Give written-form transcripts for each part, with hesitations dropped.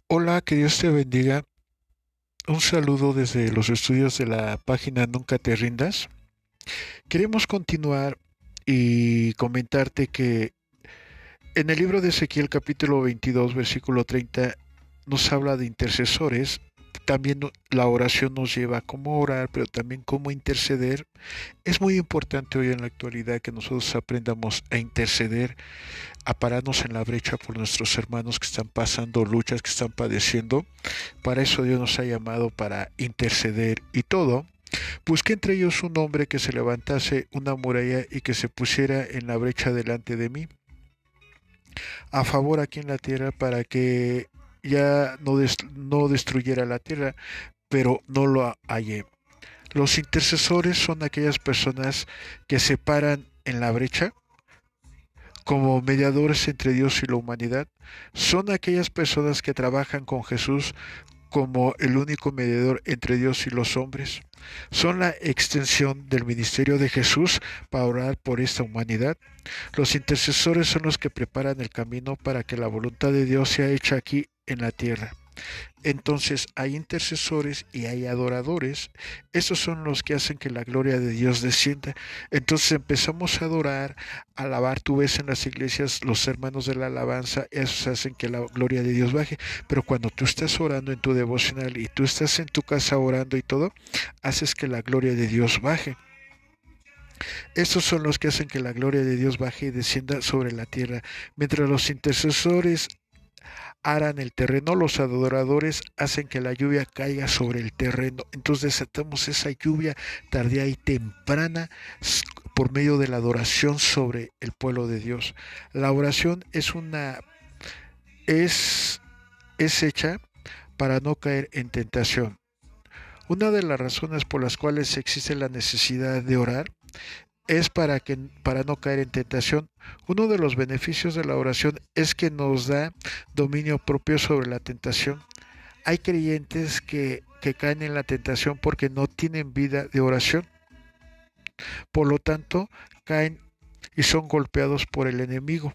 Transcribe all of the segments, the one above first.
Hola, que Dios te bendiga. Un saludo desde los estudios de la página Nunca te rindas. Queremos continuar y comentarte que en el libro de Ezequiel capítulo 22 versículo 30 nos habla de intercesores. También la oración nos lleva a cómo orar, pero también cómo interceder. Es muy importante hoy en la actualidad que nosotros aprendamos a interceder, a pararnos en la brecha por nuestros hermanos que están pasando luchas, que están padeciendo. Para eso Dios nos ha llamado para interceder y todo. Busqué entre ellos un hombre que se levantase una muralla y que se pusiera en la brecha delante de mí, a favor aquí en la tierra para que ya no destruyera la tierra, pero no lo hallé. Los intercesores son aquellas personas que se paran en la brecha como mediadores entre Dios y la humanidad. Son aquellas personas que trabajan con Jesús como el único mediador entre Dios y los hombres. Son la extensión del ministerio de Jesús para orar por esta humanidad. Los intercesores son los que preparan el camino para que la voluntad de Dios sea hecha aquí en la tierra. Entonces hay intercesores y hay adoradores. Estos son los que hacen que la gloria de Dios descienda. Entonces empezamos a adorar, a alabar. Tú ves en las iglesias los hermanos de la alabanza, esos hacen que la gloria de Dios baje. Pero cuando tú estás orando en tu devocional y tú estás en tu casa orando y todo, haces que la gloria de Dios baje. Estos son los que hacen que la gloria de Dios baje y descienda sobre la tierra. Mientras los intercesores aran el terreno, los adoradores hacen que la lluvia caiga sobre el terreno. Entonces desatamos esa lluvia tardía y temprana por medio de la adoración sobre el pueblo de Dios. La oración es, es hecha para no caer en tentación. Una de las razones por las cuales existe la necesidad de orar es para no caer en tentación. Uno de los beneficios de la oración es que nos da dominio propio sobre la tentación. Hay creyentes que caen en la tentación porque no tienen vida de oración. Por lo tanto, caen y son golpeados por el enemigo.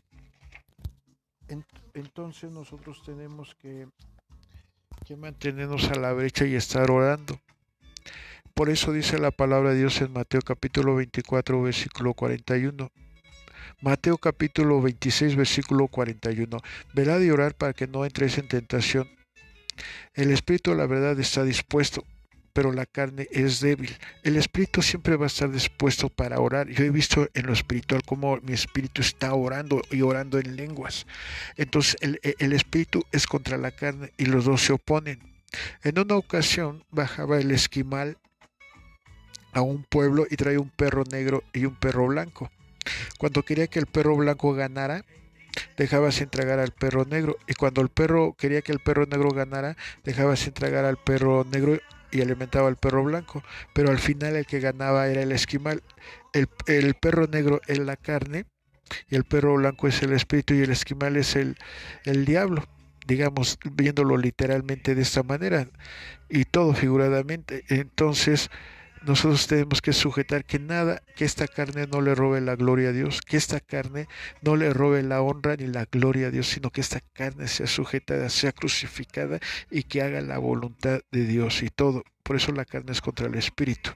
Entonces nosotros tenemos que mantenernos a la brecha y estar orando. Por eso dice la palabra de Dios en Mateo capítulo 24, versículo 41. Mateo capítulo 26, versículo 41. Velad y orar para que no entréis en tentación. El espíritu, la verdad, está dispuesto, pero la carne es débil. El espíritu siempre va a estar dispuesto para orar. Yo he visto en lo espiritual cómo mi espíritu está orando y orando en lenguas. Entonces el espíritu es contra la carne y los dos se oponen. En una ocasión bajaba el esquimal a un pueblo y traía un perro negro y un perro blanco. Cuando quería que el perro blanco ganara, dejaba sin tragar al perro negro. Y cuando el perro quería que el perro negro ganara, dejaba sin tragar al perro negro y alimentaba al perro blanco. Pero al final el que ganaba era el esquimal. El perro negro es la carne y el perro blanco es el espíritu y el esquimal es el diablo. Digamos, viéndolo literalmente de esta manera y todo figuradamente. Entonces, nosotros tenemos que sujetar que nada, que esta carne no le robe la gloria a Dios, que esta carne no le robe la honra ni la gloria a Dios, sino que esta carne sea sujetada, sea crucificada y que haga la voluntad de Dios y todo. Por eso la carne es contra el espíritu.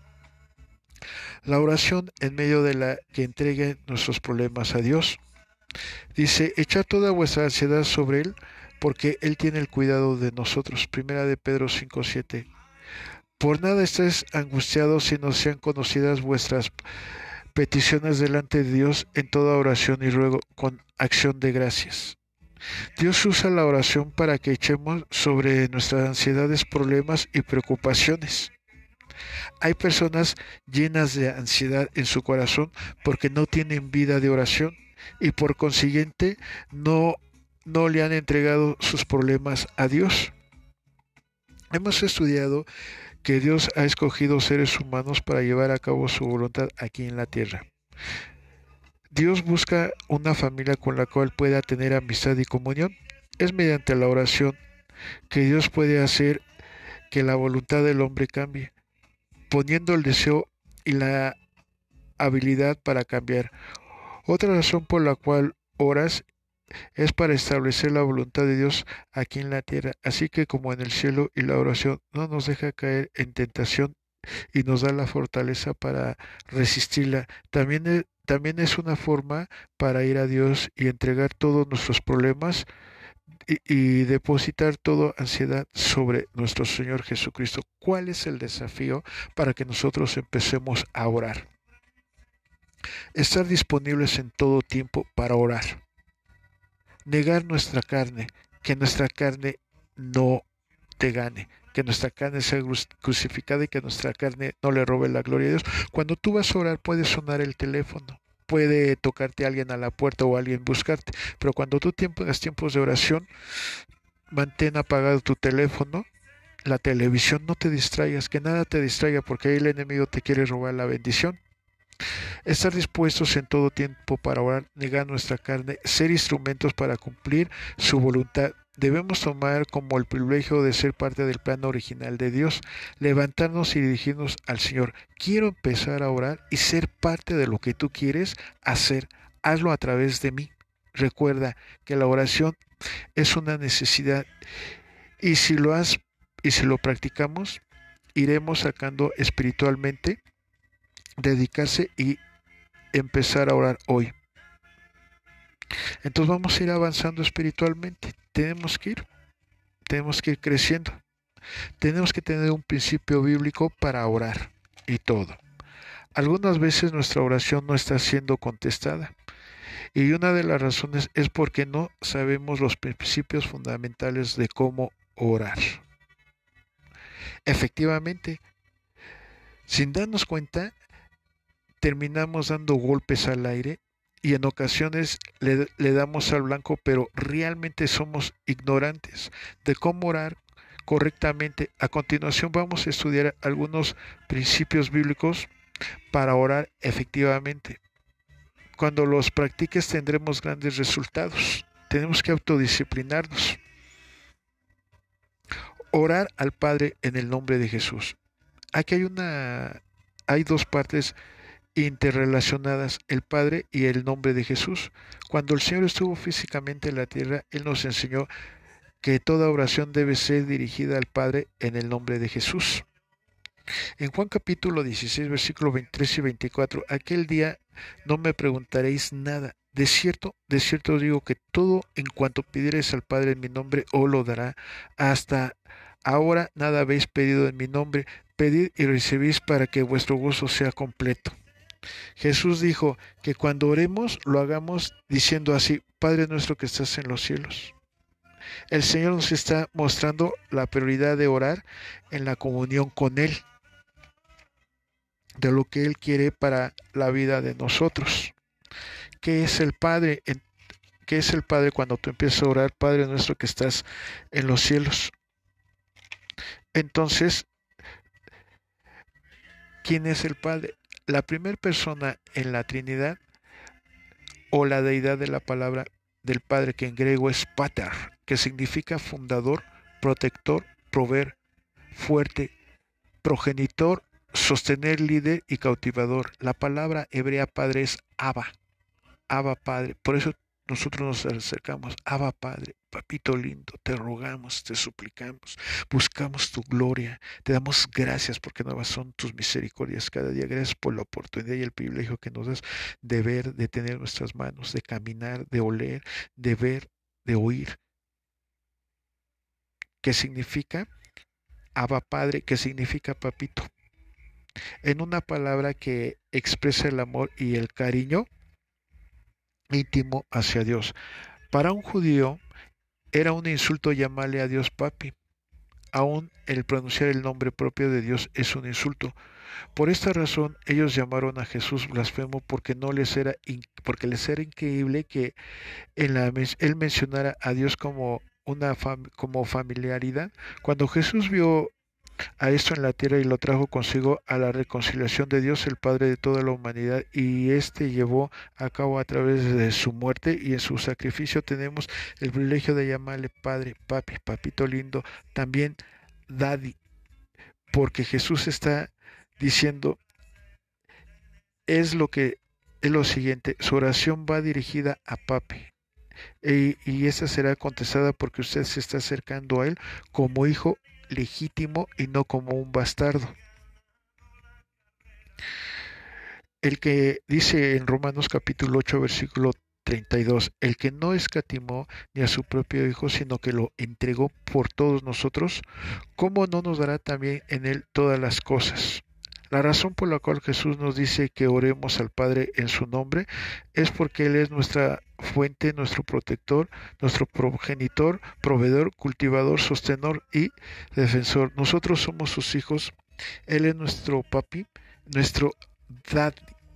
La oración en medio de la que entreguen nuestros problemas a Dios. Dice, echad toda vuestra ansiedad sobre Él, porque Él tiene el cuidado de nosotros. Primera de Pedro 5:7. Por nada estéis angustiados si no sean conocidas vuestras peticiones delante de Dios en toda oración y ruego con acción de gracias. Dios usa la oración para que echemos sobre nuestras ansiedades, problemas y preocupaciones. Hay personas llenas de ansiedad en su corazón porque no tienen vida de oración y por consiguiente no le han entregado sus problemas a Dios. Hemos estudiado que Dios ha escogido seres humanos para llevar a cabo su voluntad aquí en la tierra. Dios busca una familia con la cual pueda tener amistad y comunión. Es mediante la oración que Dios puede hacer que la voluntad del hombre cambie, poniendo el deseo y la habilidad para cambiar. Otra razón por la cual oras es para establecer la voluntad de Dios aquí en la tierra, así que como en el cielo, y la oración no nos deja caer en tentación y nos da la fortaleza para resistirla. También es una forma para ir a Dios y entregar todos nuestros problemas y depositar toda ansiedad sobre nuestro Señor Jesucristo. ¿Cuál es el desafío para que nosotros empecemos a orar? Estar disponibles en todo tiempo para orar. Negar nuestra carne, que nuestra carne no te gane, que nuestra carne sea crucificada y que nuestra carne no le robe la gloria a Dios. Cuando tú vas a orar puede sonar el teléfono, puede tocarte alguien a la puerta o alguien buscarte, pero cuando tú tengas tiempos de oración, mantén apagado tu teléfono, la televisión, no te distraigas, que nada te distraiga porque ahí el enemigo te quiere robar la bendición. Estar dispuestos en todo tiempo para orar, negar nuestra carne, ser instrumentos para cumplir su voluntad. Debemos tomar como el privilegio de ser parte del plan original de Dios, levantarnos y dirigirnos al Señor. Quiero empezar a orar y ser parte de lo que tú quieres hacer. Hazlo a través de mí. Recuerda que la oración es una necesidad y si lo practicamos, iremos sacando espiritualmente, dedicarse y empezar a orar hoy. Entonces vamos a ir avanzando espiritualmente. Tenemos que ir creciendo. Tenemos que tener un principio bíblico para orar y todo. Algunas veces nuestra oración no está siendo contestada y una de las razones es porque no sabemos los principios fundamentales de cómo orar. Efectivamente, sin darnos cuenta, terminamos dando golpes al aire y en ocasiones le damos al blanco, pero realmente somos ignorantes de cómo orar correctamente. A continuación vamos a estudiar algunos principios bíblicos para orar efectivamente. Cuando los practiques tendremos grandes resultados. Tenemos que autodisciplinarnos. Orar al Padre en el nombre de Jesús. Aquí hay dos partes interrelacionadas, el Padre y el nombre de Jesús. Cuando el Señor estuvo físicamente en la tierra, Él nos enseñó que toda oración debe ser dirigida al Padre en el nombre de Jesús. En Juan capítulo 16, versículos 23 y 24, aquel día no me preguntaréis nada. De cierto digo que todo en cuanto pidiereis al Padre en mi nombre, os lo dará. Hasta ahora nada habéis pedido en mi nombre. Pedid y recibís para que vuestro gozo sea completo. Jesús dijo que cuando oremos lo hagamos diciendo así: Padre nuestro que estás en los cielos. El Señor nos está mostrando la prioridad de orar en la comunión con Él, de lo que Él quiere para la vida de nosotros. ¿Qué es el Padre? ¿Qué es el Padre cuando tú empiezas a orar? Padre nuestro que estás en los cielos. Entonces, ¿quién es el Padre? La primera persona en la Trinidad o la deidad de la palabra del Padre, que en griego es pater, que significa fundador, protector, proveer, fuerte, progenitor, sostener, líder y cautivador. La palabra hebrea Padre es Abba, Abba Padre. Por eso nosotros nos acercamos: Abba Padre, papito lindo, te rogamos, te suplicamos, buscamos tu gloria, te damos gracias porque nuevas son tus misericordias cada día. Gracias por la oportunidad y el privilegio que nos das de ver, de tener nuestras manos, de caminar, de oler, de ver, de oír. ¿Qué significa Abba Padre? ¿Qué significa papito? En una palabra que expresa el amor y el cariño íntimo hacia Dios. Para un judío era un insulto llamarle a Dios papi. Aún el pronunciar el nombre propio de Dios es un insulto. Por esta razón ellos llamaron a Jesús blasfemo porque porque les era increíble que él mencionara a Dios como familiaridad. Cuando Jesús vio a esto en la tierra y lo trajo consigo a la reconciliación de Dios, el Padre de toda la humanidad, y este llevó a cabo a través de su muerte y en su sacrificio, tenemos el privilegio de llamarle Padre, papi, papito lindo, también Daddy, porque Jesús está diciendo es lo siguiente: su oración va dirigida a papi, y esa será contestada porque usted se está acercando a Él como hijo legítimo y no como un bastardo. El que dice en Romanos capítulo 8 versículo 32, el que no escatimó ni a su propio Hijo, sino que lo entregó por todos nosotros, ¿cómo no nos dará también en él todas las cosas? La razón por la cual Jesús nos dice que oremos al Padre en su nombre es porque Él es nuestra fuente, nuestro protector, nuestro progenitor, proveedor, cultivador, sostenedor y defensor. Nosotros somos sus hijos, Él es nuestro papi, nuestro dad,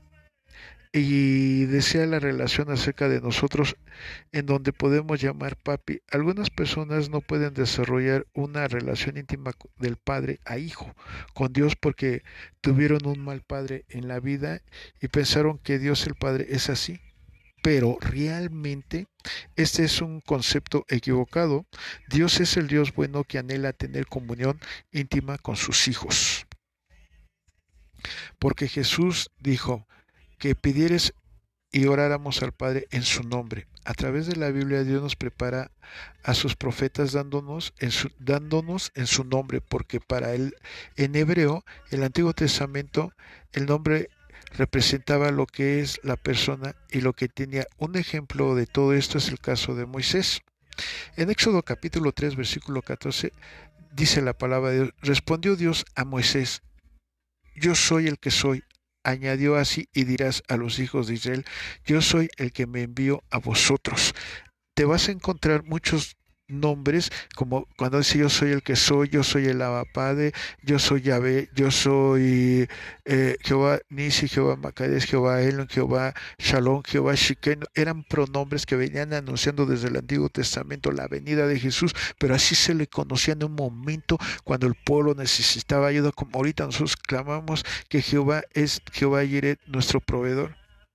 y desea la relación acerca de nosotros en donde podemos llamar papi. Algunas personas no pueden desarrollar una relación íntima del padre a hijo con Dios porque tuvieron un mal padre en la vida y pensaron que Dios el Padre es así. Pero realmente este es un concepto equivocado. Dios es el Dios bueno que anhela tener comunión íntima con sus hijos. Porque Jesús dijo que pidieres y oráramos al Padre en su nombre. A través de la Biblia Dios nos prepara a sus profetas dándonos en su nombre, porque para él, en hebreo, el Antiguo Testamento, el nombre representaba lo que es la persona y lo que tenía. Un ejemplo de todo esto es el caso de Moisés. En Éxodo capítulo 3, versículo 14, dice la palabra de Dios, respondió Dios a Moisés, yo soy el que soy. Añadió así, y dirás a los hijos de Israel, yo soy el que me envío a vosotros. Te vas a encontrar muchos nombres, como cuando dice yo soy el que soy, yo soy el Abapade, yo soy Yahvé, yo soy Jehová Nisi, Jehová Macades, Jehová Elon, Jehová Shalom, Jehová Shiken. Eran pronombres que venían anunciando desde el Antiguo Testamento la venida de Jesús, pero así se le conocía en un momento cuando el pueblo necesitaba ayuda, como ahorita nosotros clamamos que Jehová es Jehová Jireh, nuestro proveedor,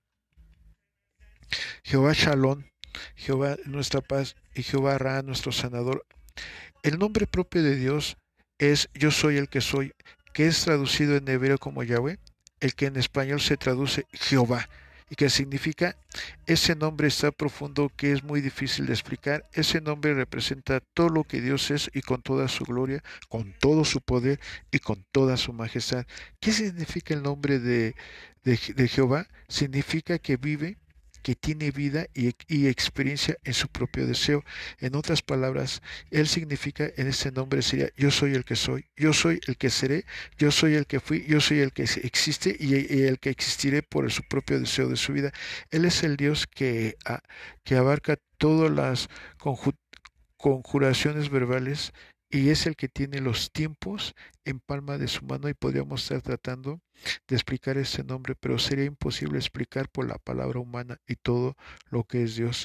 Jehová Shalom, Jehová nuestra paz y Jehová Ra, nuestro sanador. El nombre propio de Dios es yo soy el que soy, que es traducido en hebreo como Yahweh, el que en español se traduce Jehová, y que significa ese nombre está profundo que es muy difícil de explicar. Ese nombre representa todo lo que Dios es y con toda su gloria, con todo su poder y con toda su majestad. ¿Qué significa el nombre de Jehová? Significa que vive, que tiene vida y experiencia en su propio deseo. En otras palabras, Él significa en ese nombre sería yo soy el que soy, yo soy el que seré, yo soy el que fui, yo soy el que existe y el que existiré por su propio deseo de su vida. Él es el Dios que abarca todas las conjuraciones verbales y es el que tiene los tiempos en palma de su mano y podríamos estar tratando de explicar ese nombre, pero sería imposible explicar por la palabra humana y todo lo que es Dios.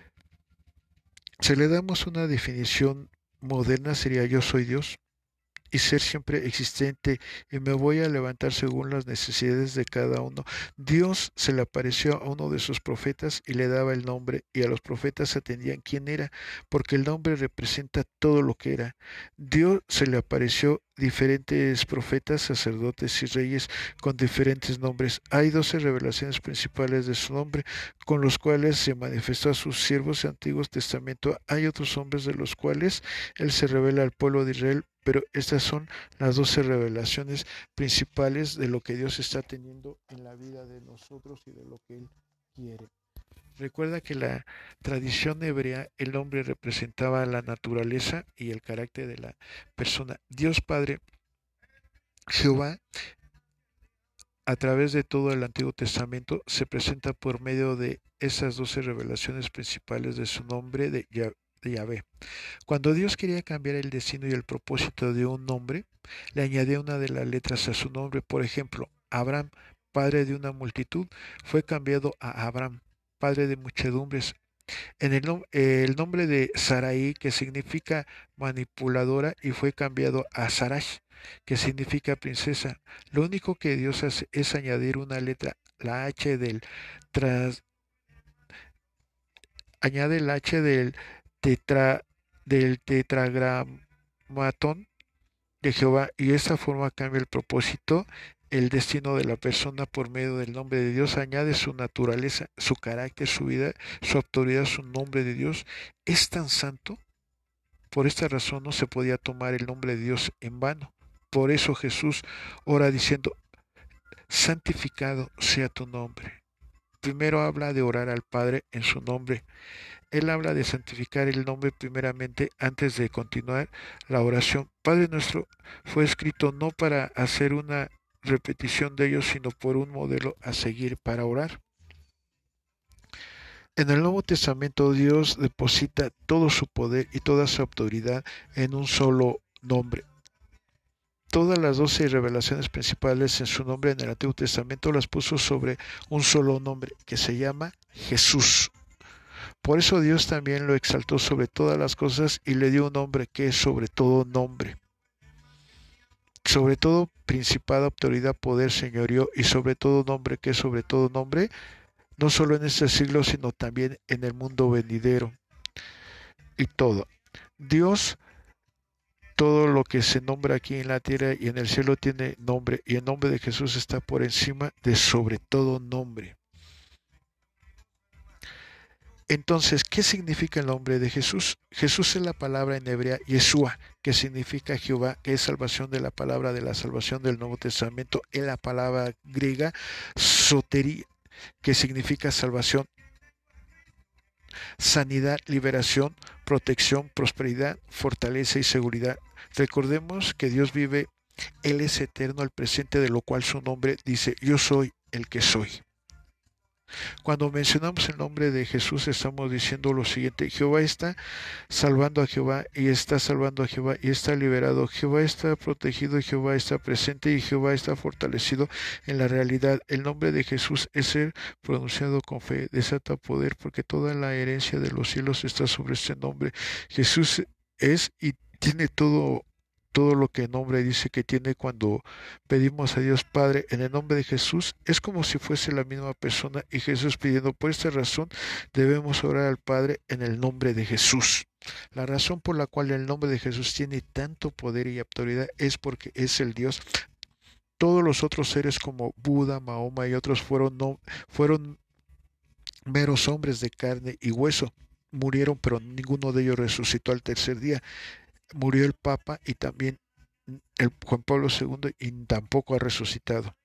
Si le damos una definición moderna sería yo soy Dios y ser siempre existente y me voy a levantar según las necesidades de cada uno. Dios se le apareció a uno de sus profetas y le daba el nombre y a los profetas atendían quién era, porque el nombre representa todo lo que era. Dios se le apareció diferentes profetas, sacerdotes y reyes con diferentes nombres. Hay 12 revelaciones principales de su nombre con los cuales se manifestó a sus siervos de Antiguo Testamento. Hay otros hombres de los cuales él se revela al pueblo de Israel, pero estas son las 12 revelaciones principales de lo que Dios está teniendo en la vida de nosotros y de lo que Él quiere. Recuerda que la tradición hebrea, el hombre representaba la naturaleza y el carácter de la persona. Dios Padre, Jehová, a través de todo el Antiguo Testamento, se presenta por medio de esas 12 revelaciones principales de su nombre de Yahvé. Cuando Dios quería cambiar el destino y el propósito de un hombre, le añadía una de las letras a su nombre. Por ejemplo, Abraham, padre de una multitud, fue cambiado a Abraham, padre de muchedumbres. El nombre de Sarai, que significa manipuladora, y fue cambiado a Sarash, que significa princesa. Lo único que Dios hace es añadir una letra, la H tras, añade el H tetra, del tetragramatón de Jehová y de esta forma cambia el propósito el destino de la persona por medio del nombre de Dios, añade su naturaleza, su carácter, su vida, su autoridad, su nombre de Dios. Es tan santo, por esta razón no se podía tomar el nombre de Dios en vano. Por eso Jesús ora diciendo, santificado sea tu nombre. Primero habla de orar al Padre en su nombre. Él habla de santificar el nombre primeramente antes de continuar la oración. Padre nuestro fue escrito no para hacer una repetición de ellos, sino por un modelo a seguir para orar. En el Nuevo Testamento Dios deposita todo su poder y toda su autoridad en un solo nombre. Todas las 12 revelaciones principales en su nombre en el Antiguo Testamento las puso sobre un solo nombre, que se llama Jesús. Por eso Dios también lo exaltó sobre todas las cosas y le dio un nombre que es sobre todo nombre. Sobre todo principado, autoridad, poder, señorío y sobre todo nombre que es sobre todo nombre, no solo en este siglo, sino también en el mundo venidero. Y todo. Dios, todo lo que se nombra aquí en la tierra y en el cielo tiene nombre, y el nombre de Jesús está por encima de sobre todo nombre. Entonces, ¿qué significa el nombre de Jesús? Jesús es la palabra en hebrea Yeshua, que significa Jehová, que es salvación de la palabra de la salvación del Nuevo Testamento, es la palabra griega sotería, que significa salvación, sanidad, liberación, protección, prosperidad, fortaleza y seguridad. Recordemos que Dios vive, Él es eterno, el presente, de lo cual su nombre dice, yo soy el que soy. Cuando mencionamos el nombre de Jesús estamos diciendo lo siguiente: Jehová está salvando a Jehová y está salvando a Jehová y está liberado, Jehová está protegido, Jehová está presente y Jehová está fortalecido en la realidad. El nombre de Jesús es ser pronunciado con fe, desata poder, porque toda la herencia de los cielos está sobre este nombre. Jesús es y tiene todo lo que el nombre dice que tiene. Cuando pedimos a Dios Padre en el nombre de Jesús, es como si fuese la misma persona y Jesús pidiendo. Por esta razón debemos orar al Padre en el nombre de Jesús. La razón por la cual el nombre de Jesús tiene tanto poder y autoridad es porque es el Dios. Todos los otros seres como Buda, Mahoma y otros fueron meros hombres de carne y hueso. Murieron, pero ninguno de ellos resucitó al tercer día. Murió el Papa y también el Juan Pablo II y tampoco ha resucitado.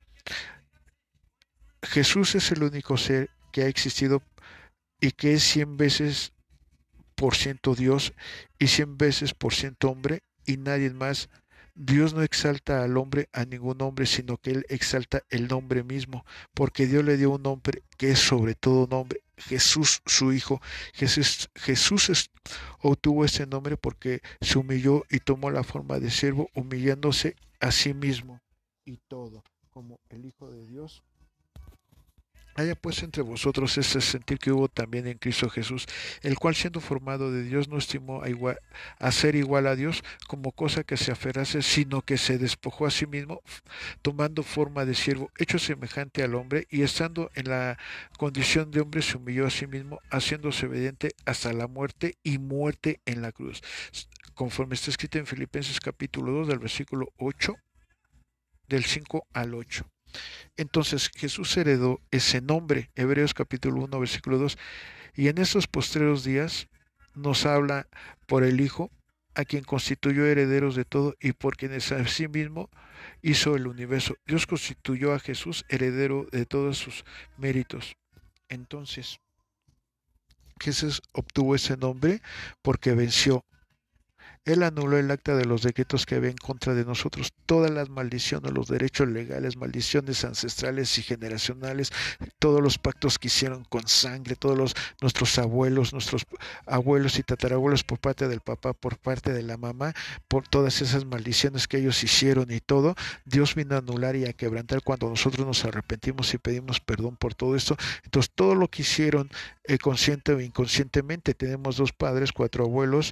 Jesús es el único ser que ha existido y que es 100 veces por ciento Dios y 100 veces por ciento hombre y nadie más. Dios no exalta al hombre, a ningún hombre, sino que Él exalta el nombre mismo, porque Dios le dio un nombre que es sobre todo nombre, Jesús su Hijo. Jesús obtuvo ese nombre porque se humilló y tomó la forma de siervo, humillándose a sí mismo y todo, como el Hijo de Dios. Haya pues entre vosotros este sentir que hubo también en Cristo Jesús, el cual siendo formado de Dios no estimó a ser igual a Dios como cosa que se aferrase, sino que se despojó a sí mismo, tomando forma de siervo, hecho semejante al hombre, y estando en la condición de hombre se humilló a sí mismo, haciéndose obediente hasta la muerte y muerte en la cruz. Conforme está escrito en Filipenses capítulo 2 del versículo 8, del 5 al 8. Entonces Jesús heredó ese nombre, Hebreos capítulo 1, versículo 2, y en estos postreros días nos habla por el Hijo, a quien constituyó herederos de todo y por quienes a sí mismo hizo el universo. Dios constituyó a Jesús heredero de todos sus méritos. Entonces, Jesús obtuvo ese nombre porque venció. Él anuló el acta de los decretos que había en contra de nosotros, todas las maldiciones, los derechos legales, maldiciones ancestrales y generacionales, todos los pactos que hicieron con sangre, nuestros abuelos y tatarabuelos por parte del papá, por parte de la mamá, por todas esas maldiciones que ellos hicieron y todo. Dios vino a anular y a quebrantar cuando nosotros nos arrepentimos y pedimos perdón por todo esto. Entonces, todo lo que hicieron consciente o inconscientemente, tenemos 2 padres, 4 abuelos,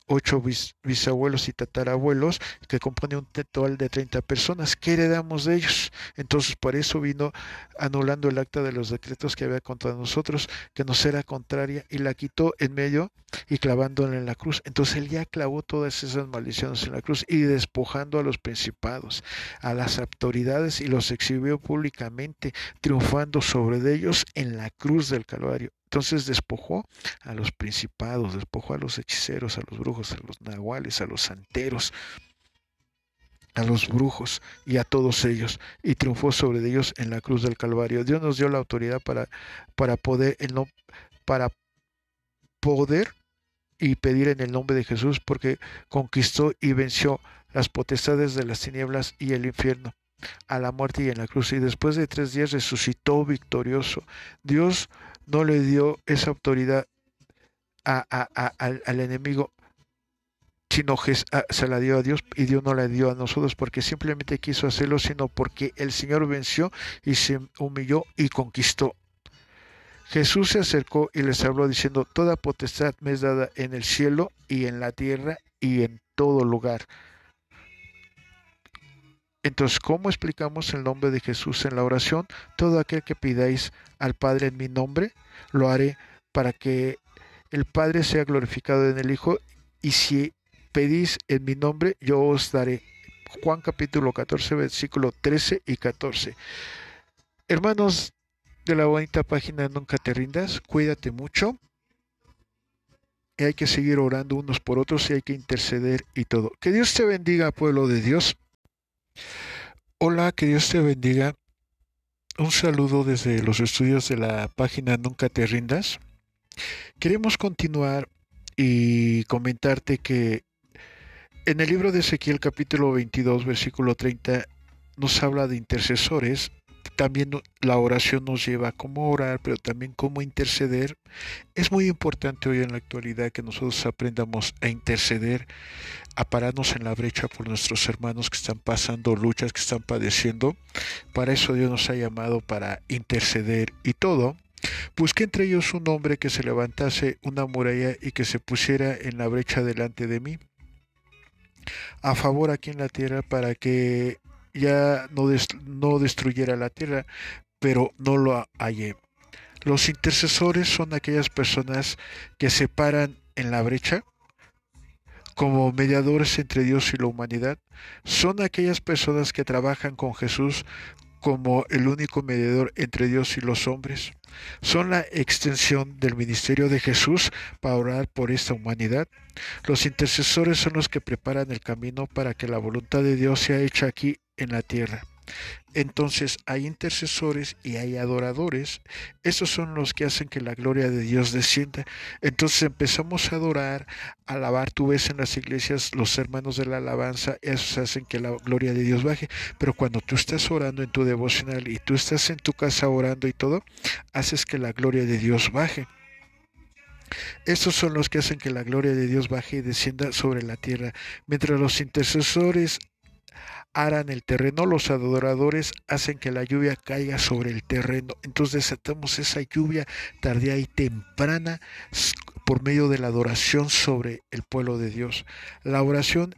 8 bisabuelos y tatarabuelos, que compone un total de 30 personas. ¿Qué heredamos de ellos? Entonces, por eso vino anulando el acta de los decretos que había contra nosotros, que nos era contraria, y la quitó en medio y clavándola en la cruz. Entonces, él ya clavó todas esas maldiciones en la cruz y despojando a los principados, a las autoridades, y los exhibió públicamente, triunfando sobre ellos en la cruz del Calvario. Entonces despojó a los principados, despojó a los hechiceros, a los brujos, a los nahuales, a los santeros, a los brujos y a todos ellos, y triunfó sobre ellos en la cruz del Calvario. Dios nos dio la autoridad para poder, no, para poder y pedir en el nombre de Jesús, porque conquistó y venció las potestades de las tinieblas y el infierno, a la muerte y en la cruz, y después de 3 días resucitó victorioso. Dios no le dio esa autoridad al enemigo, sino que se la dio a Dios, y Dios no la dio a nosotros porque simplemente quiso hacerlo, sino porque el Señor venció y se humilló y conquistó. Jesús se acercó y les habló diciendo: toda potestad me es dada en el cielo y en la tierra y en todo lugar. Entonces, ¿cómo explicamos el nombre de Jesús en la oración? Todo aquel que pidáis al Padre en mi nombre, lo haré, para que el Padre sea glorificado en el Hijo, y si pedís en mi nombre, yo os daré. Juan capítulo 14, versículo 13 y 14. Hermanos de la bonita página Nunca Te Rindas, cuídate mucho. Y hay que seguir orando unos por otros y hay que interceder y todo. Que Dios te bendiga, pueblo de Dios. Hola, que Dios te bendiga. Un saludo desde los estudios de la página Nunca Te Rindas. Queremos continuar y comentarte que en el libro de Ezequiel capítulo 22 versículo 30 nos habla de intercesores. También la oración nos lleva a cómo orar, pero también cómo interceder. Es muy importante hoy en la actualidad que nosotros aprendamos a interceder, a pararnos en la brecha por nuestros hermanos que están pasando luchas, que están padeciendo. Para eso Dios nos ha llamado, para interceder y todo. Busqué entre ellos un hombre que se levantase una muralla y que se pusiera en la brecha delante de mí, a favor aquí en la tierra, para que ya no destruyera la tierra, pero no lo hallé. Los intercesores son aquellas personas que se paran en la brecha como mediadores entre Dios y la humanidad. Son aquellas personas que trabajan con Jesús como el único mediador entre Dios y los hombres. Son la extensión del ministerio de Jesús para orar por esta humanidad. Los intercesores son los que preparan el camino para que la voluntad de Dios sea hecha aquí en la tierra. Entonces hay intercesores y hay adoradores. Esos son los que hacen que la gloria de Dios descienda. Entonces empezamos a adorar, a alabar. Tú ves en las iglesias los hermanos de la alabanza, esos hacen que la gloria de Dios baje. Pero cuando tú estás orando en tu devocional y tú estás en tu casa orando y todo, haces que la gloria de Dios baje. Estos son los que hacen que la gloria de Dios baje y descienda sobre la tierra. Mientras los intercesores aran el terreno, los adoradores hacen que la lluvia caiga sobre el terreno. Entonces desatamos esa lluvia tardía y temprana por medio de la adoración sobre el pueblo de Dios. La oración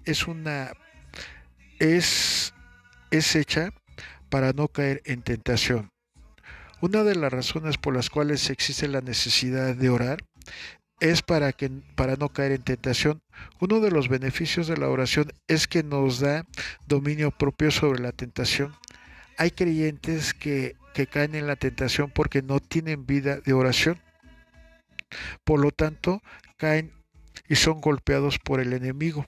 es hecha para no caer en tentación. Una de las razones por las cuales existe la necesidad de orar es para no caer en tentación. Uno de los beneficios de la oración es que nos da dominio propio sobre la tentación. Hay creyentes que caen en la tentación porque no tienen vida de oración. Por lo tanto, caen y son golpeados por el enemigo.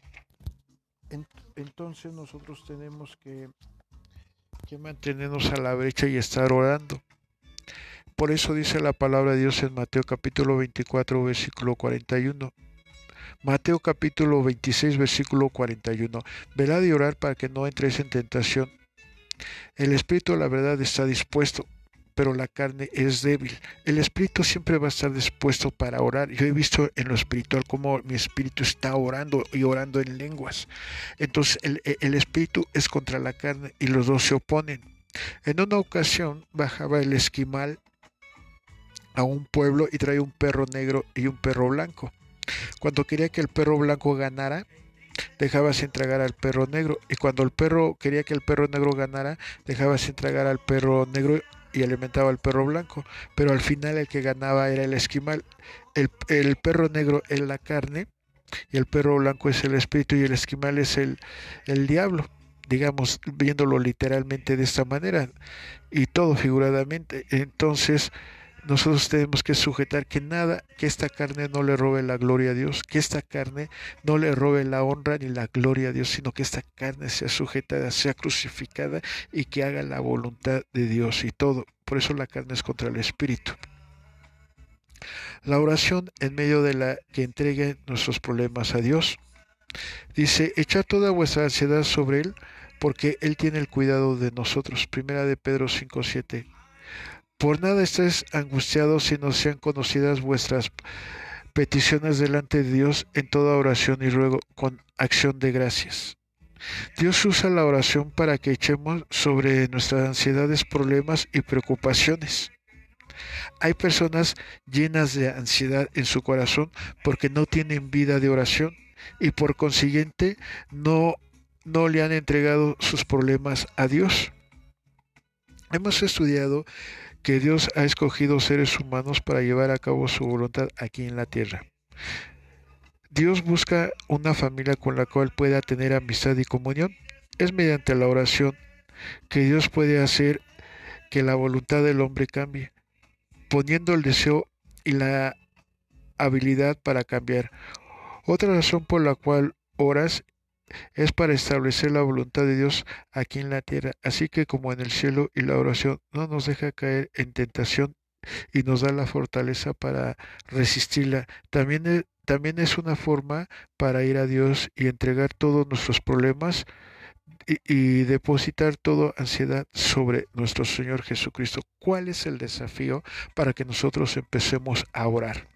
Entonces nosotros tenemos que mantenernos a la brecha y estar orando. Por eso dice la palabra de Dios en Mateo capítulo 24, versículo 41. Mateo capítulo 26, versículo 41. Velad y orad para que no entréis en tentación. El espíritu, la verdad, está dispuesto, pero la carne es débil. El espíritu siempre va a estar dispuesto para orar. Yo he visto en lo espiritual cómo mi espíritu está orando y orando en lenguas. Entonces el espíritu es contra la carne y los dos se oponen. En una ocasión bajaba el esquimal a un pueblo y traía un perro negro y un perro blanco. Cuando quería que el perro blanco ganara, dejaba sin tragar al perro negro. Y cuando el perro quería que el perro negro ganara, dejaba sin tragar al perro negro y alimentaba al perro blanco. Pero al final el que ganaba era el esquimal. El perro negro es la carne y el perro blanco es el espíritu y el esquimal es el diablo. Digamos, viéndolo literalmente de esta manera y todo figuradamente. Entonces, nosotros tenemos que sujetar que nada, que esta carne no le robe la gloria a Dios, que esta carne no le robe la honra ni la gloria a Dios, sino que esta carne sea sujetada, sea crucificada y que haga la voluntad de Dios y todo. Por eso la carne es contra el espíritu. La oración en medio de la que entreguen nuestros problemas a Dios. Dice, echad toda vuestra ansiedad sobre Él, porque Él tiene el cuidado de nosotros. Primera de Pedro 5:7. Por nada estéis angustiados si no sean conocidas vuestras peticiones delante de Dios en toda oración y ruego con acción de gracias. Dios usa la oración para que echemos sobre nuestras ansiedades, problemas y preocupaciones. Hay personas llenas de ansiedad en su corazón porque no tienen vida de oración y por consiguiente no le han entregado sus problemas a Dios. Hemos estudiado que Dios ha escogido seres humanos para llevar a cabo su voluntad aquí en la tierra. Dios busca una familia con la cual pueda tener amistad y comunión. Es mediante la oración que Dios puede hacer que la voluntad del hombre cambie, poniendo el deseo y la habilidad para cambiar. Otra razón por la cual oras es para establecer la voluntad de Dios aquí en la tierra, así que como en el cielo, y la oración no nos deja caer en tentación y nos da la fortaleza para resistirla. También es una forma para ir a Dios y entregar todos nuestros problemas y depositar toda ansiedad sobre nuestro Señor Jesucristo. ¿Cuál es el desafío para que nosotros empecemos a orar?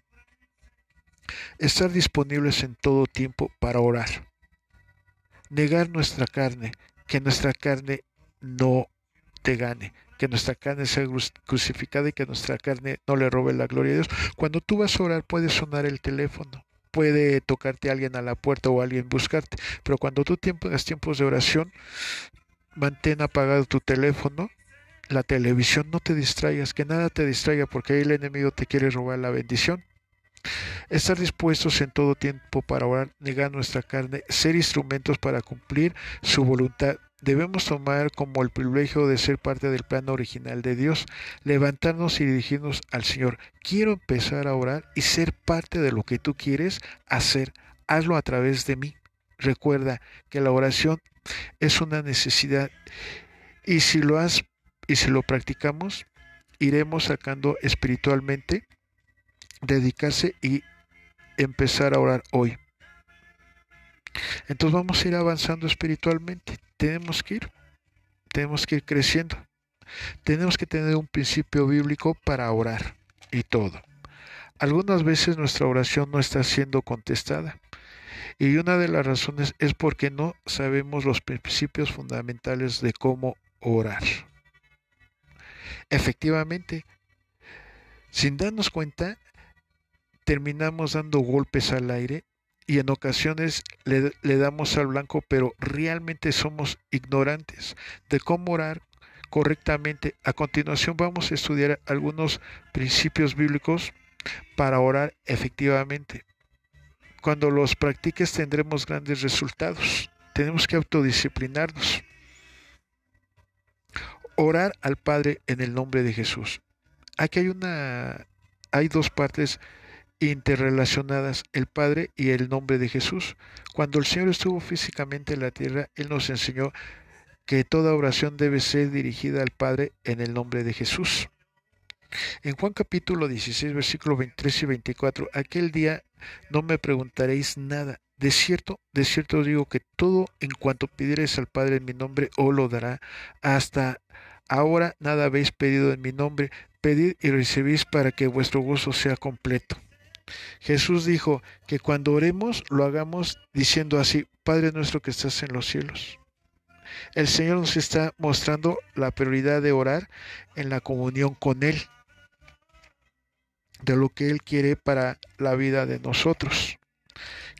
Estar disponibles en todo tiempo para orar. Negar nuestra carne, que nuestra carne no te gane, que nuestra carne sea crucificada y que nuestra carne no le robe la gloria a Dios. Cuando tú vas a orar puede sonar el teléfono, puede tocarte alguien a la puerta o alguien buscarte, pero cuando tú tengas tiempos de oración, mantén apagado tu teléfono, la televisión, no te distraigas, que nada te distraiga porque ahí el enemigo te quiere robar la bendición. Estar dispuestos en todo tiempo para orar, negar nuestra carne, ser instrumentos para cumplir su voluntad. Debemos tomar como el privilegio de ser parte del plan original de Dios, levantarnos y dirigirnos al Señor. Quiero empezar a orar y ser parte de lo que tú quieres hacer. Hazlo a través de mí. Recuerda que la oración es una necesidad y si lo practicamos, iremos sacando espiritualmente, dedicarse y empezar a orar hoy. Entonces vamos a ir avanzando espiritualmente. Tenemos que ir creciendo. Tenemos que tener un principio bíblico para orar y todo. Algunas veces nuestra oración no está siendo contestada y una de las razones es porque no sabemos los principios fundamentales de cómo orar. Efectivamente, sin darnos cuenta, terminamos dando golpes al aire y en ocasiones le damos al blanco, pero realmente somos ignorantes de cómo orar correctamente. A continuación vamos a estudiar algunos principios bíblicos para orar efectivamente. Cuando los practiques tendremos grandes resultados. Tenemos que autodisciplinarnos. Orar al Padre en el nombre de Jesús. Aquí hay dos partes interrelacionadas, el Padre y el nombre de Jesús. Cuando el Señor estuvo físicamente en la tierra, Él nos enseñó que toda oración debe ser dirigida al Padre en el nombre de Jesús. En Juan capítulo 16, versículos 23 y 24, aquel día no me preguntaréis nada. De cierto os digo que todo en cuanto pidiereis al Padre en mi nombre, os lo dará. Hasta ahora nada habéis pedido en mi nombre. Pedid y recibís para que vuestro gozo sea completo. Jesús dijo que cuando oremos lo hagamos diciendo así: Padre nuestro que estás en los cielos. El Señor nos está mostrando la prioridad de orar en la comunión con Él, de lo que Él quiere para la vida de nosotros.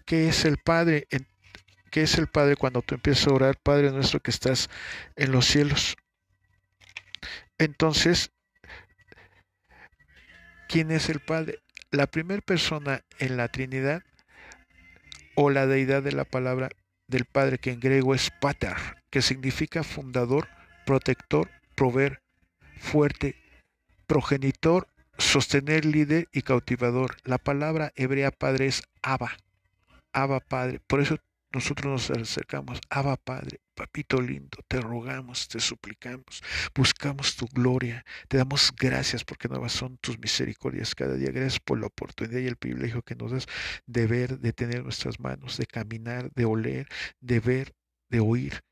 ¿Qué es el Padre? ¿Qué es el Padre cuando tú empiezas a orar, Padre nuestro que estás en los cielos? Entonces, ¿quién es el Padre? La primera persona en la Trinidad o la deidad de la palabra del Padre, que en griego es pater, que significa fundador, protector, proveer, fuerte, progenitor, sostener, líder y cautivador. La palabra hebrea Padre es Abba, Abba Padre. Por eso nosotros nos acercamos, Abba Padre, papito lindo, te rogamos, te suplicamos, buscamos tu gloria, te damos gracias porque nuevas son tus misericordias cada día. Gracias por la oportunidad y el privilegio que nos das de ver, de tener nuestras manos, de caminar, de oler, de ver, de oír.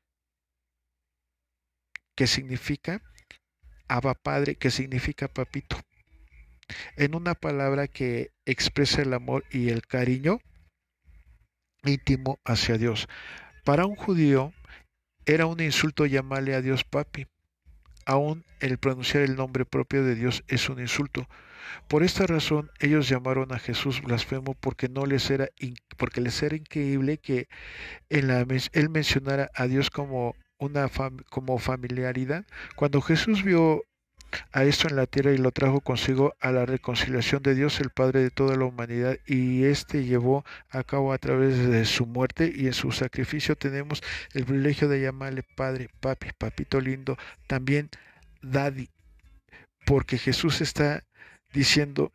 ¿Qué significa? Abba Padre, ¿qué significa papito? En una palabra que expresa el amor y el cariño íntimo hacia Dios. Para un judío era un insulto llamarle a Dios papi. Aún el pronunciar el nombre propio de Dios es un insulto. Por esta razón ellos llamaron a Jesús blasfemo porque les era increíble que él mencionara a Dios como familiaridad. Cuando Jesús vio a esto en la tierra y lo trajo consigo a la reconciliación de Dios, el Padre de toda la humanidad, y este llevó a cabo a través de su muerte y en su sacrificio tenemos el privilegio de llamarle Padre, Papi, Papito lindo, también Daddy, porque Jesús está diciendo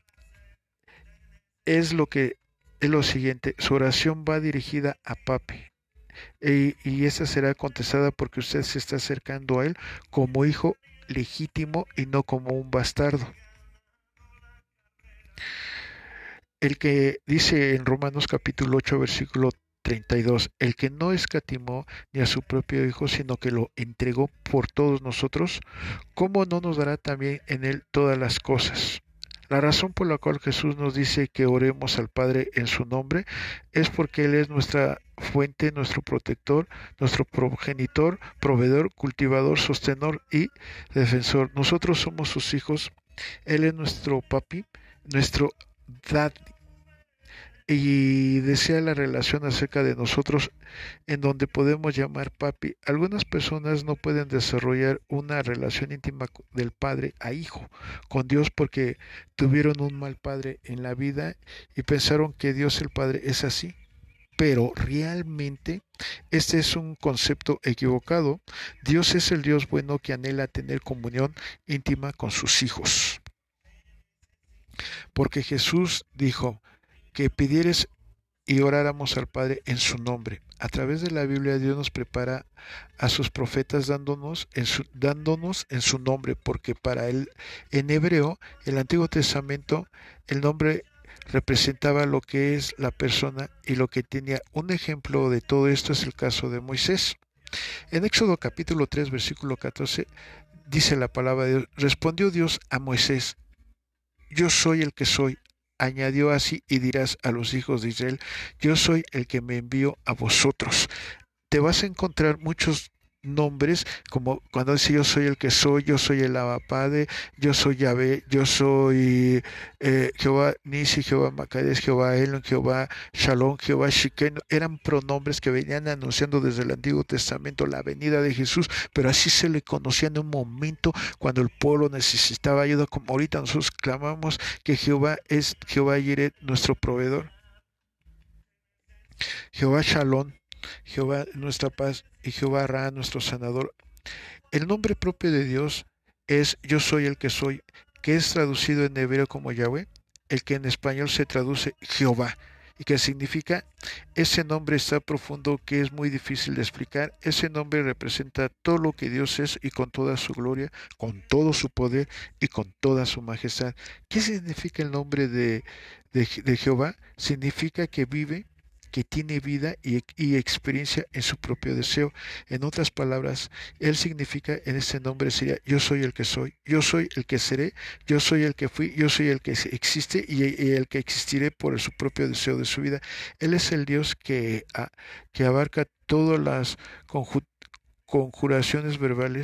es lo siguiente, su oración va dirigida a Papi. Y esta será contestada porque usted se está acercando a él como hijo legítimo y no como un bastardo. El que dice en Romanos capítulo 8 versículo 32, el que no escatimó ni a su propio Hijo, sino que lo entregó por todos nosotros, ¿cómo no nos dará también en él todas las cosas? La razón por la cual Jesús nos dice que oremos al Padre en su nombre es porque Él es nuestra fuente, nuestro protector, nuestro progenitor, proveedor, cultivador, sostenedor y defensor. Nosotros somos sus hijos, Él es nuestro papi, nuestro daddy y desea la relación acerca de nosotros en donde podemos llamar papi. Algunas personas no pueden desarrollar una relación íntima del padre a hijo con Dios porque tuvieron un mal padre en la vida y pensaron que Dios el Padre es así. Pero realmente este es un concepto equivocado. Dios es el Dios bueno que anhela tener comunión íntima con sus hijos. Porque Jesús dijo que pidieres y oráramos al Padre en su nombre. A través de la Biblia Dios nos prepara a sus profetas dándonos en su nombre, porque para él, en hebreo, el Antiguo Testamento, el nombre representaba lo que es la persona y lo que tenía. Un ejemplo de todo esto es el caso de Moisés. En Éxodo capítulo 3, versículo 14, dice la palabra de Dios, respondió Dios a Moisés, yo soy el que soy. Añadió así y dirás a los hijos de Israel, yo soy el que me envío a vosotros. Te vas a encontrar muchos nombres, como cuando dice yo soy el que soy, yo soy el Abba Padre, yo soy Yahvé, yo soy Jehová Nisi, Jehová Macades, Jehová Elon, Jehová Shalom, Jehová Shiken. Eran pronombres que venían anunciando desde el Antiguo Testamento la venida de Jesús, pero así se le conocía en un momento cuando el pueblo necesitaba ayuda, como ahorita nosotros clamamos que Jehová es Jehová Jireh, nuestro proveedor. Jehová Shalom, Jehová nuestra paz y Jehová Ra, nuestro sanador. El nombre propio de Dios es yo soy el que soy, que es traducido en hebreo como Yahweh, el que en español se traduce Jehová, y que significa ese nombre está profundo que es muy difícil de explicar. Ese nombre representa todo lo que Dios es y con toda su gloria, con todo su poder y con toda su majestad. ¿Qué significa el nombre de Jehová? Significa que vive, que tiene vida y experiencia en su propio deseo. En otras palabras, él significa en este nombre sería yo soy el que soy, yo soy el que seré, yo soy el que fui, yo soy el que existe y el que existiré por su propio deseo de su vida. Él es el Dios que abarca todas las conjuraciones verbales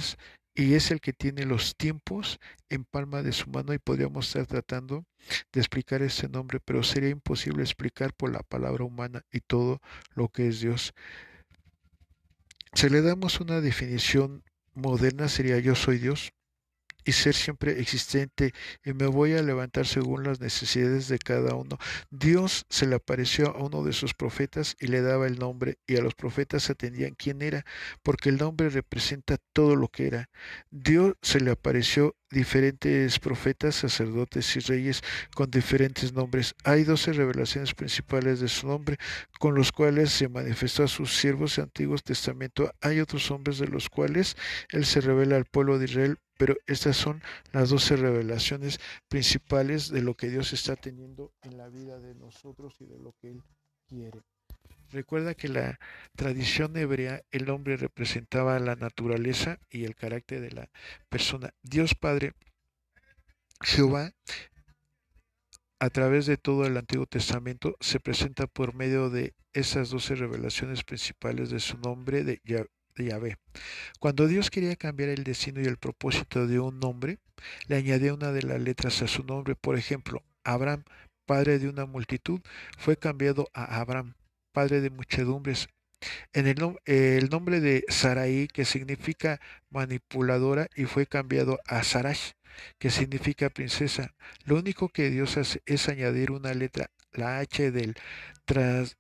y es el que tiene los tiempos en palma de su mano y podríamos estar tratando de explicar ese nombre, pero sería imposible explicar por la palabra humana y todo lo que es Dios. Si le damos una definición moderna sería yo soy Dios y ser siempre existente y me voy a levantar según las necesidades de cada uno. Dios se le apareció a uno de sus profetas y le daba el nombre y a los profetas atendían quién era, porque el nombre representa todo lo que era. Dios se le apareció diferentes profetas, sacerdotes y reyes con diferentes nombres. Hay 12 revelaciones principales de su nombre con los cuales se manifestó a sus siervos de Antiguo Testamento. Hay otros hombres de los cuales él se revela al pueblo de Israel, pero estas son las 12 revelaciones principales de lo que Dios está teniendo en la vida de nosotros y de lo que Él quiere. Recuerda que la tradición hebrea, el hombre representaba la naturaleza y el carácter de la persona. Dios Padre, Jehová, a través de todo el Antiguo Testamento, se presenta por medio de esas 12 revelaciones principales de su nombre de Yahvé. Cuando Dios quería cambiar el destino y el propósito de un nombre, le añadía una de las letras a su nombre. Por ejemplo, Abraham, padre de una multitud, fue cambiado a Abraham, padre de muchedumbres. El nombre de Sarai, que significa manipuladora, y fue cambiado a Sarash, que significa princesa. Lo único que Dios hace es añadir una letra, la H del tras,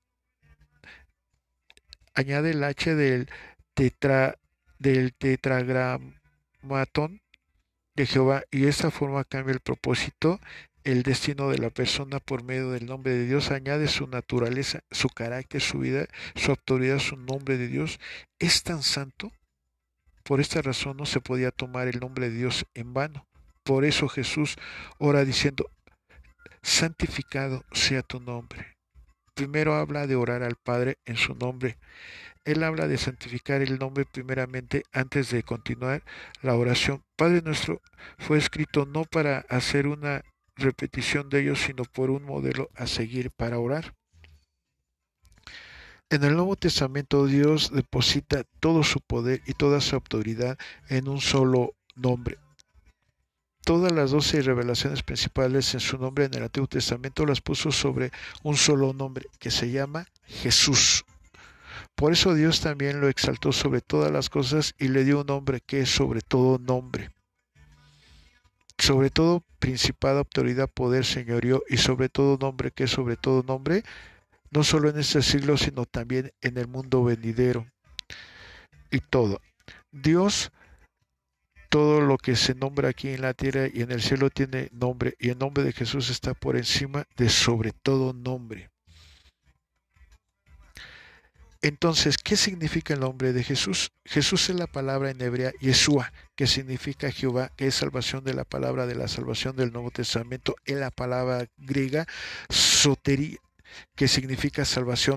añade el H tetra, del tetragramatón de Jehová y de esta forma cambia el propósito, el destino de la persona por medio del nombre de Dios, añade su naturaleza, su carácter, su vida, su autoridad, su nombre de Dios. Es tan santo, por esta razón no se podía tomar el nombre de Dios en vano. Por eso Jesús ora diciendo, santificado sea tu nombre. Primero habla de orar al Padre en su nombre. Él habla de santificar el nombre primeramente antes de continuar la oración. Padre nuestro fue escrito no para hacer una repetición de ellos, sino por un modelo a seguir para orar. En el Nuevo Testamento Dios deposita todo su poder y toda su autoridad en un solo nombre. Todas las 12 revelaciones principales en su nombre en el Antiguo Testamento las puso sobre un solo nombre que se llama Jesús. Por eso Dios también lo exaltó sobre todas las cosas y le dio un nombre que es sobre todo nombre. Sobre todo principado, autoridad, poder, señorío y sobre todo nombre que es sobre todo nombre, no solo en este siglo, sino también en el mundo venidero. Y todo. Dios, todo lo que se nombra aquí en la tierra y en el cielo tiene nombre, y el nombre de Jesús está por encima de sobre todo nombre. Entonces, ¿qué significa el nombre de Jesús? Jesús es la palabra en hebrea Yeshua, que significa Jehová, que es salvación de la palabra de la salvación del Nuevo Testamento, es la palabra griega sotería, que significa salvación,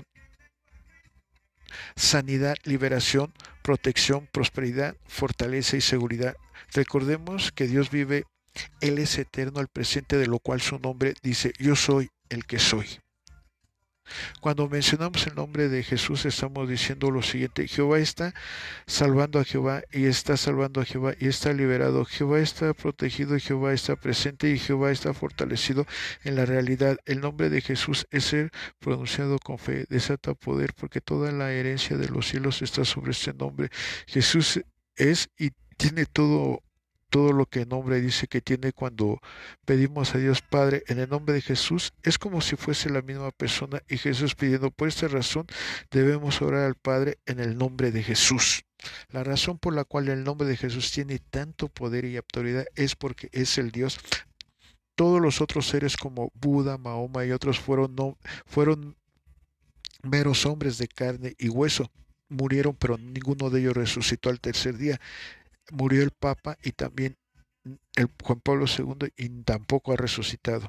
sanidad, liberación, protección, prosperidad, fortaleza y seguridad. Recordemos que Dios vive, Él es eterno al presente, de lo cual su nombre dice, yo soy el que soy. Cuando mencionamos el nombre de Jesús estamos diciendo lo siguiente, Jehová está salvando a Jehová y está salvando a Jehová y está liberado, Jehová está protegido, Jehová está presente y Jehová está fortalecido en la realidad. El nombre de Jesús es ser pronunciado con fe, desata poder porque toda la herencia de los cielos está sobre este nombre. Jesús es y tiene todo lo que el nombre dice que tiene. Cuando pedimos a Dios Padre en el nombre de Jesús, es como si fuese la misma persona y Jesús pidiendo. Por esta razón debemos orar al Padre en el nombre de Jesús. La razón por la cual el nombre de Jesús tiene tanto poder y autoridad es porque es el Dios. Todos los otros seres como Buda, Mahoma y otros fueron meros hombres de carne y hueso. Murieron, pero ninguno de ellos resucitó al tercer día. Murió el Papa y también el Juan Pablo II y tampoco ha resucitado.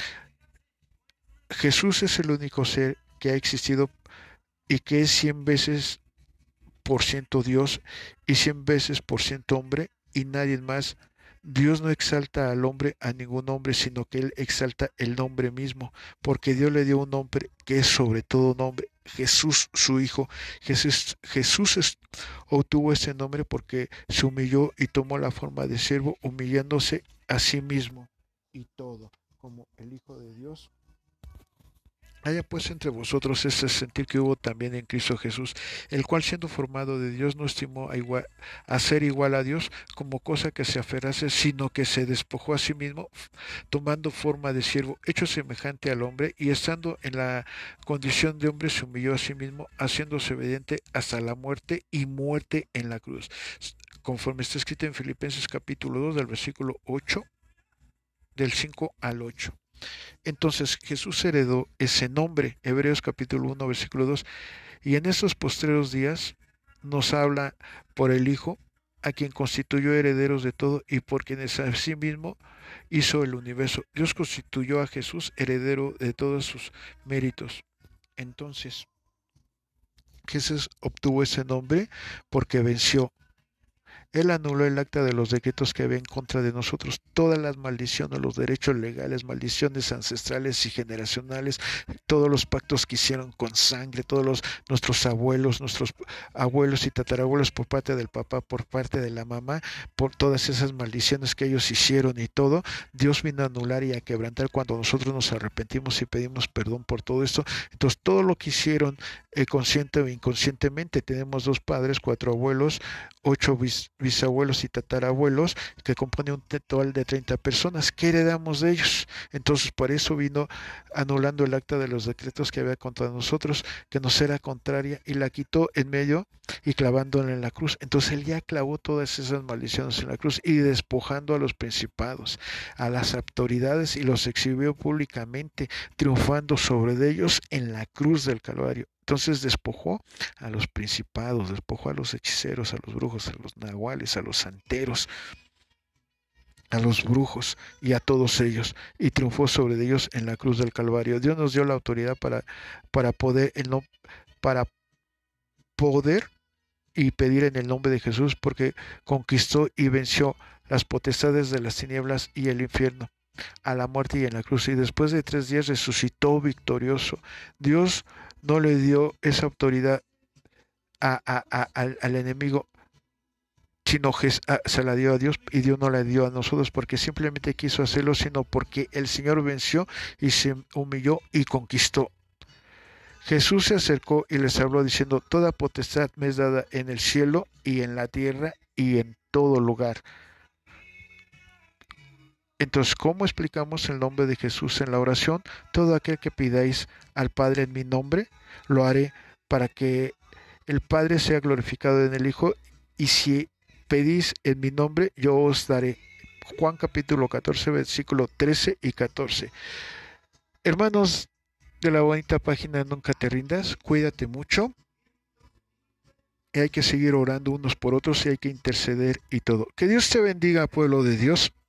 Jesús es el único ser que ha existido y que es 100 veces por ciento Dios y 100 veces por ciento hombre y nadie más. Dios no exalta al hombre a ningún hombre, sino que Él exalta el nombre mismo, porque Dios le dio un nombre que es sobre todo nombre. Jesús, su Hijo. Jesús obtuvo este nombre porque se humilló y tomó la forma de siervo, humillándose a sí mismo y todo, como el Hijo de Dios. Haya pues entre vosotros ese sentir que hubo también en Cristo Jesús, el cual siendo formado de Dios no estimó a ser igual a Dios como cosa que se aferrase, sino que se despojó a sí mismo, tomando forma de siervo, hecho semejante al hombre, y estando en la condición de hombre se humilló a sí mismo, haciéndose obediente hasta la muerte y muerte en la cruz. Conforme está escrito en Filipenses capítulo 2 del versículo 8, del 5 al 8. Entonces Jesús heredó ese nombre, Hebreos capítulo 1, versículo 2, y en estos postreros días nos habla por el Hijo, a quien constituyó herederos de todo y por quienes a sí mismo hizo el universo. Dios constituyó a Jesús heredero de todos sus méritos. Entonces, Jesús obtuvo ese nombre porque venció. Él anuló el acta de los decretos que había en contra de nosotros, todas las maldiciones, los derechos legales, maldiciones ancestrales y generacionales, todos los pactos que hicieron con sangre, nuestros abuelos y tatarabuelos por parte del papá, por parte de la mamá, por todas esas maldiciones que ellos hicieron y todo, Dios vino a anular y a quebrantar cuando nosotros nos arrepentimos y pedimos perdón por todo esto. Entonces, todo lo que hicieron consciente o inconscientemente, tenemos 2 padres, 4 abuelos, 8 bisabuelos y tatarabuelos, que compone un total de 30 personas. ¿Qué heredamos de ellos? Entonces, por eso vino anulando el acta de los decretos que había contra nosotros, que nos era contraria, y la quitó en medio y clavándola en la cruz. Entonces, él ya clavó todas esas maldiciones en la cruz y despojando a los principados, a las autoridades, y los exhibió públicamente, triunfando sobre ellos en la cruz del Calvario. Entonces despojó a los principados, despojó a los hechiceros, a los brujos, a los nahuales, a los santeros, a los brujos y a todos ellos, y triunfó sobre ellos en la cruz del Calvario. Dios nos dio la autoridad para poder, no, para poder y pedir en el nombre de Jesús, porque conquistó y venció las potestades de las tinieblas y el infierno, a la muerte y en la cruz, y después de 3 días resucitó victorioso. Dios no le dio esa autoridad al enemigo, sino que se la dio a Dios, y Dios no la dio a nosotros porque simplemente quiso hacerlo, sino porque el Señor venció y se humilló y conquistó. Jesús se acercó y les habló diciendo: toda potestad me es dada en el cielo y en la tierra y en todo lugar. Entonces, ¿cómo explicamos el nombre de Jesús en la oración? Todo aquel que pidáis al Padre en mi nombre, lo haré, para que el Padre sea glorificado en el Hijo, y si pedís en mi nombre, yo os daré. Juan capítulo 14, versículo 13 y 14. Hermanos de la bonita página Nunca te rindas, cuídate mucho. Y hay que seguir orando unos por otros y hay que interceder y todo. Que Dios te bendiga, pueblo de Dios.